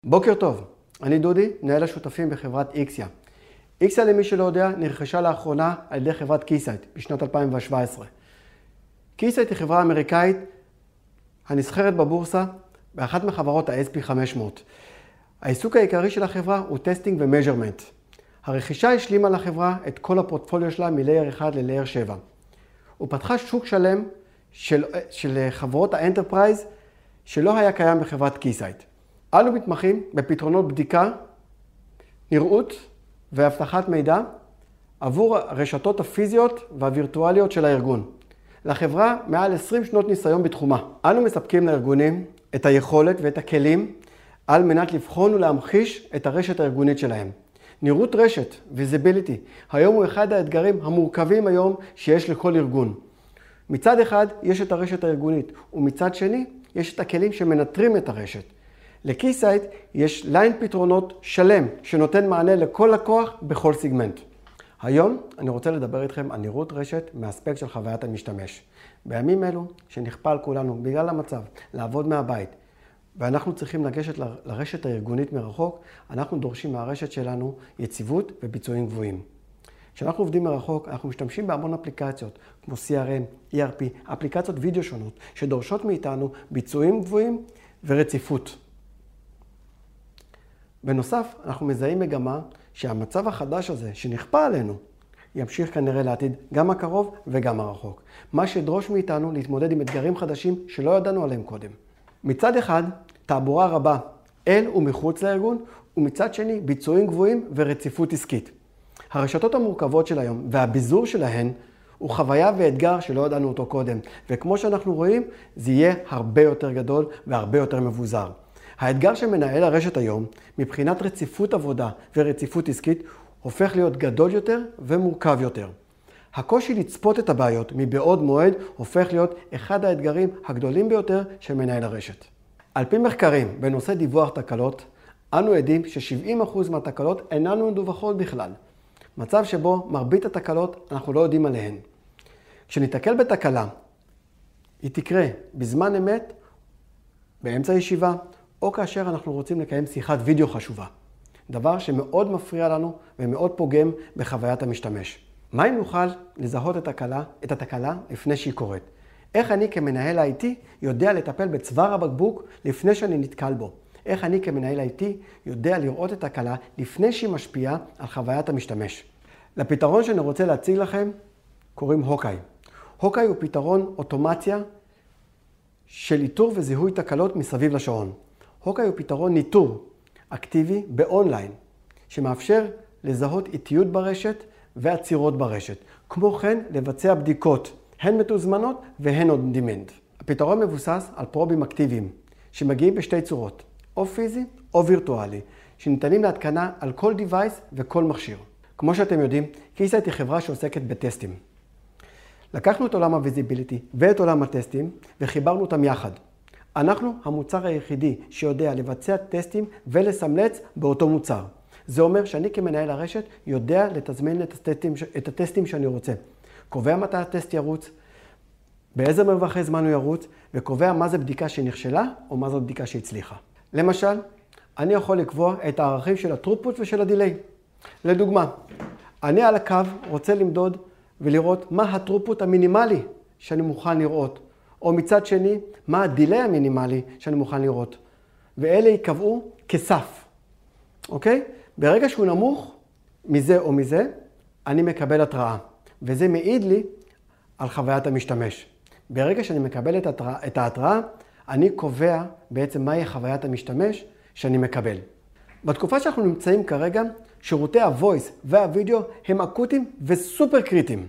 בוקר טוב, אני דודי, מנהל השותפים בחברת איקסיה. איקסיה, למי שלא יודע, נרכשה לאחרונה על ידי חברת קייסייט בשנת 2017. קייסייט היא חברה אמריקאית הנסחרת בבורסה באחת מחברות ה-SP 500. העיסוק העיקרי של החברה הוא טסטינג ומז'רמנט. הרכישה השלימה לחברה את כל הפורטפוליו שלה מלייר 1 ללייר 7. ופתחה שוק שלם של חברות האנטרפרייז שלא היה קיים בחברת קייסייט. אנו מתמחים בפתרונות בדיקה, נראות והבטחת מידע עבור הרשתות הפיזיות והווירטואליות של הארגון. לחברה מעל 20 שנות ניסיון בתחומה. אנו מספקים לארגונים את היכולת ואת הכלים על מנת לבחון ולהמחיש את הרשת הארגונית שלהם. נראות רשת, visibility, היום הוא אחד האתגרים המורכבים היום שיש לכל ארגון. מצד אחד יש את הרשת הארגונית, ומצד שני יש את הכלים שמנטרים את הרשת. לקייסייט יש ליין פתרונות שלם שנותן מענה לכל לקוח בכל סיגמנט. היום אני רוצה לדבר איתכם על נראות רשת מהאספקט של חוויית המשתמש. בימים אלו שנכפה על כולנו בגלל המצב לעבוד מהבית ואנחנו צריכים לגשת לרשת הארגונית מרחוק, אנחנו דורשים מהרשת שלנו יציבות וביצועים גבוהים. כשאנחנו עובדים מרחוק, אנחנו משתמשים בהמון אפליקציות כמו CRM, ERP, אפליקציות וידאו שונות שדורשות מאיתנו ביצועים גבוהים ורציפות. בנוסף, אנחנו מזהים מגמה שהמצב החדש הזה שנכפה עלינו ימשיך כנראה לעתיד גם הקרוב וגם הרחוק. מה שידרוש מאיתנו להתמודד עם אתגרים חדשים שלא ידענו עליהם קודם. מצד אחד, תעבורה רבה אל ומחוץ לארגון, ומצד שני, ביצועים גבוהים ורציפות עסקית. הרשתות המורכבות של היום והביזור שלהן הוא חוויה ואתגר שלא ידענו אותו קודם, וכמו שאנחנו רואים, זה יהיה הרבה יותר גדול והרבה יותר מבוזר. האתגר שמנהל הרשת היום, מבחינת רציפות עבודה ורציפות עסקית, הופך להיות גדול יותר ומורכב יותר. הקושי לצפות את הבעיות מבעוד מועד הופך להיות אחד האתגרים הגדולים ביותר של מנהל הרשת. על פי מחקרים בנושא דיווח תקלות, אנו עדים ש70% מהתקלות אינן מדווחות בכלל. מצב שבו מרבית התקלות אנחנו לא יודעים עליהן. כשניתקל בתקלה, היא תקרה בזמן אמת, באמצע ישיבה, או כאשר אנחנו רוצים לקיים שיחת וידאו חשובה. דבר שמאוד מפריע לנו ומאוד פוגם בחוויית המשתמש. מה אם נוכל לזהות את התקלה לפני שהיא קורית? איך אני כמנהל IT יודע לטפל בצוואר הבקבוק לפני שאני נתקל בו? איך אני כמנהל IT יודע לראות את התקלה לפני שהיא משפיעה על חוויית המשתמש? לפתרון שאני רוצה להציג לכם קוראים הוקאי. הוקאי הוא פתרון אוטומציה של איתור וזיהוי תקלות מסביב לשעון. הוקאי הוא פתרון ניטור אקטיבי באונליין, שמאפשר לזהות איטיות ברשת ועצירות ברשת. כמו כן, לבצע בדיקות, הן מתוזמנות והן on demand. הפתרון מבוסס על פרובים אקטיביים, שמגיעים בשתי צורות, או פיזי או וירטואלי, שניתנים להתקנה על כל device וכל מכשיר. כמו שאתם יודעים, קייסייט היא חברה שעוסקת בטסטים. לקחנו את עולם הוויזיביליטי ואת עולם הטסטים וחיברנו אותם יחד. אנחנו המוצר היחידי שיודע לבצע טסטים ולסמלץ באותו מוצר. זה אומר שאני כמנהל הרשת יודע לתזמן את הטסטים שאני רוצה. קובע מתי הטסט ירוץ, באיזה מרווחי זמן הוא ירוץ, וקובע מה זה בדיקה שנכשלה או מה זו בדיקה שהצליחה. למשל, אני יכול לקבוע את הערכים של הטרופוט ושל הדיליי. לדוגמה, אני על הקו רוצה למדוד ולראות מה הטרופוט המינימלי שאני מוכן לראות. או מצד שני, מה הדיליי המינימלי שאני מוכן לראות. ואלה יקבעו כסף. אוקיי? ברגע שהוא נמוך מזה או מזה, אני מקבל התראה. וזה מעיד לי על חוויית המשתמש. ברגע שאני מקבל את ההתראה, אני קובע בעצם מהי חוויית המשתמש שאני מקבל. בתקופה שאנחנו נמצאים כרגע, שירותי ה-voice וה-video הם אקוטיים וסופר קריטיים.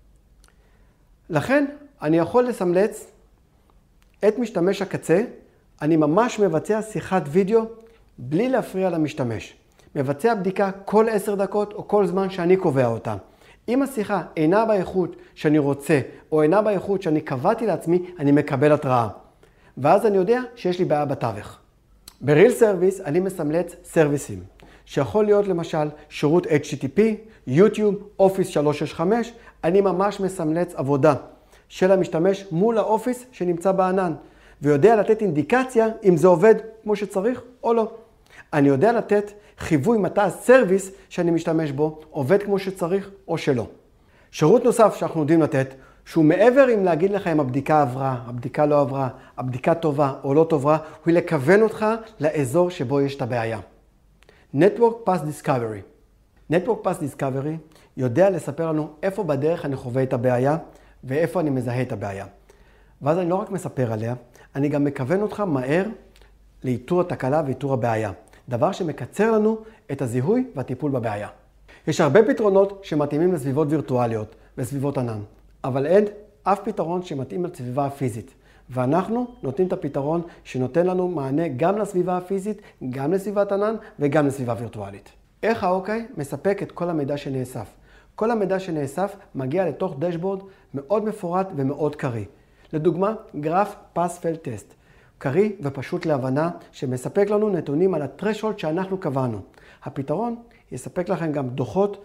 לכן, אני יכול לסמלץ את משתמש הקצה, אני ממש מבצע שיחת וידאו בלי להפריע למשתמש. מבצע בדיקה כל 10 דקות או כל זמן שאני קובע אותה. אם השיחה אינה באיכות שאני רוצה או אינה באיכות שאני קבעתי לעצמי, אני מקבל התראה. ואז אני יודע שיש לי בעיה בתווך. בריל סרוויס אני מסמלץ סרוויסים, שיכול להיות למשל שירות HTTP, יוטיוב, אופיס 365, אני ממש מסמלץ עבודה של המשתמש מול האופיס שנמצא בענן, ויודע לתת אינדיקציה אם זה עובד כמו שצריך או לא. אני יודע לתת חיווי מתי הסרוויס שאני משתמש בו עובד כמו שצריך או שלא. שירות נוסף שאנחנו יודעים לתת, שהוא מעבר אם להגיד לך אם הבדיקה עברה, הבדיקה לא עברה, הבדיקה טובה או לא טובה, הוא לכוון אותך לאזור שבו יש את הבעיה. Network Path Discovery. Network Path Discovery יודע לספר לנו איפה בדרך אני חווה את הבעיה ואיפה אני מזהה את הבעיה. ואז אני לא רק מספר עליה, אני גם מכוון אותך מהר לאיתור התקלה ואיתור הבעיה. דבר שמקצר לנו את הזיהוי והטיפול בבעיה. יש הרבה פתרונות שמתאימים לסביבות וירטואליות וסביבות ענן, אבל אין אף פתרון שמתאים לסביבה הפיזית. ואנחנו נותנים את הפתרון שנותן לנו מענה גם לסביבה הפיזית, גם לסביבת ענן וגם לסביבה וירטואלית. איך האוקיי מספק את כל המידע שנאסף? כל המידע שנאסף מגיע לתוך דשבורד מאוד מפורט ומאוד קריא. לדוגמה, גרף פס-פייל טסט. קריא ופשוט להבנה שמספק לנו נתונים על הטרשולד שאנחנו קבענו. הפתרון יספק לכם גם דוחות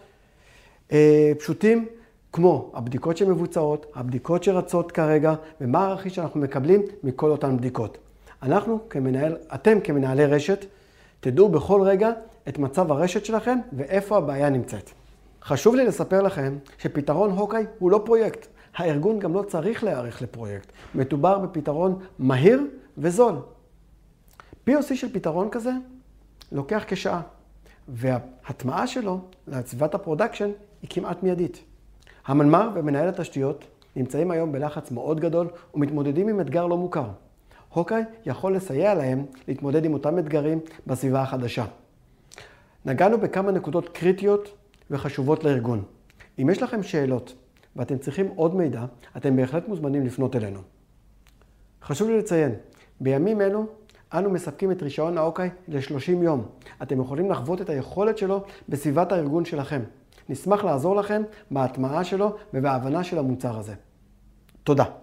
פשוטים כמו הבדיקות שמבוצעות, הבדיקות שרצות כרגע ומה הערכים שאנחנו מקבלים מכל אותן בדיקות. אתם כמנהלי רשת תדעו בכל רגע את מצב הרשת שלכם ואיפה הבעיה נמצאת. חשוב לי לספר לכם שפתרון הוקיי הוא לא פרויקט. הארגון גם לא צריך להיערך לפרויקט. מדובר בפתרון מהיר וזול. POC של פתרון כזה לוקח כשעה, וההטמעה שלו לסביבת הפרודקשן היא כמעט מיידית. המנמ"ר ומנהל התשתיות נמצאים היום בלחץ מאוד גדול ומתמודדים עם אתגר לא מוכר. הוקיי יכול לסייע להם להתמודד עם אותם אתגרים בסביבה החדשה. נגענו בכמה נקודות קריטיות וחשובות לארגון. אם יש לכם שאלות ואתם צריכים עוד מידע, אתם בהחלט מוזמנים לפנות אלינו. חשוב לי לציין, בימים אלו אנו מספקים את רישיון האוקיי ל-30 יום. אתם יכולים לחוות את היכולת שלו בסביבת הארגון שלכם. נשמח לעזור לכם בהטמעה שלו ובהבנה של המוצר הזה. תודה.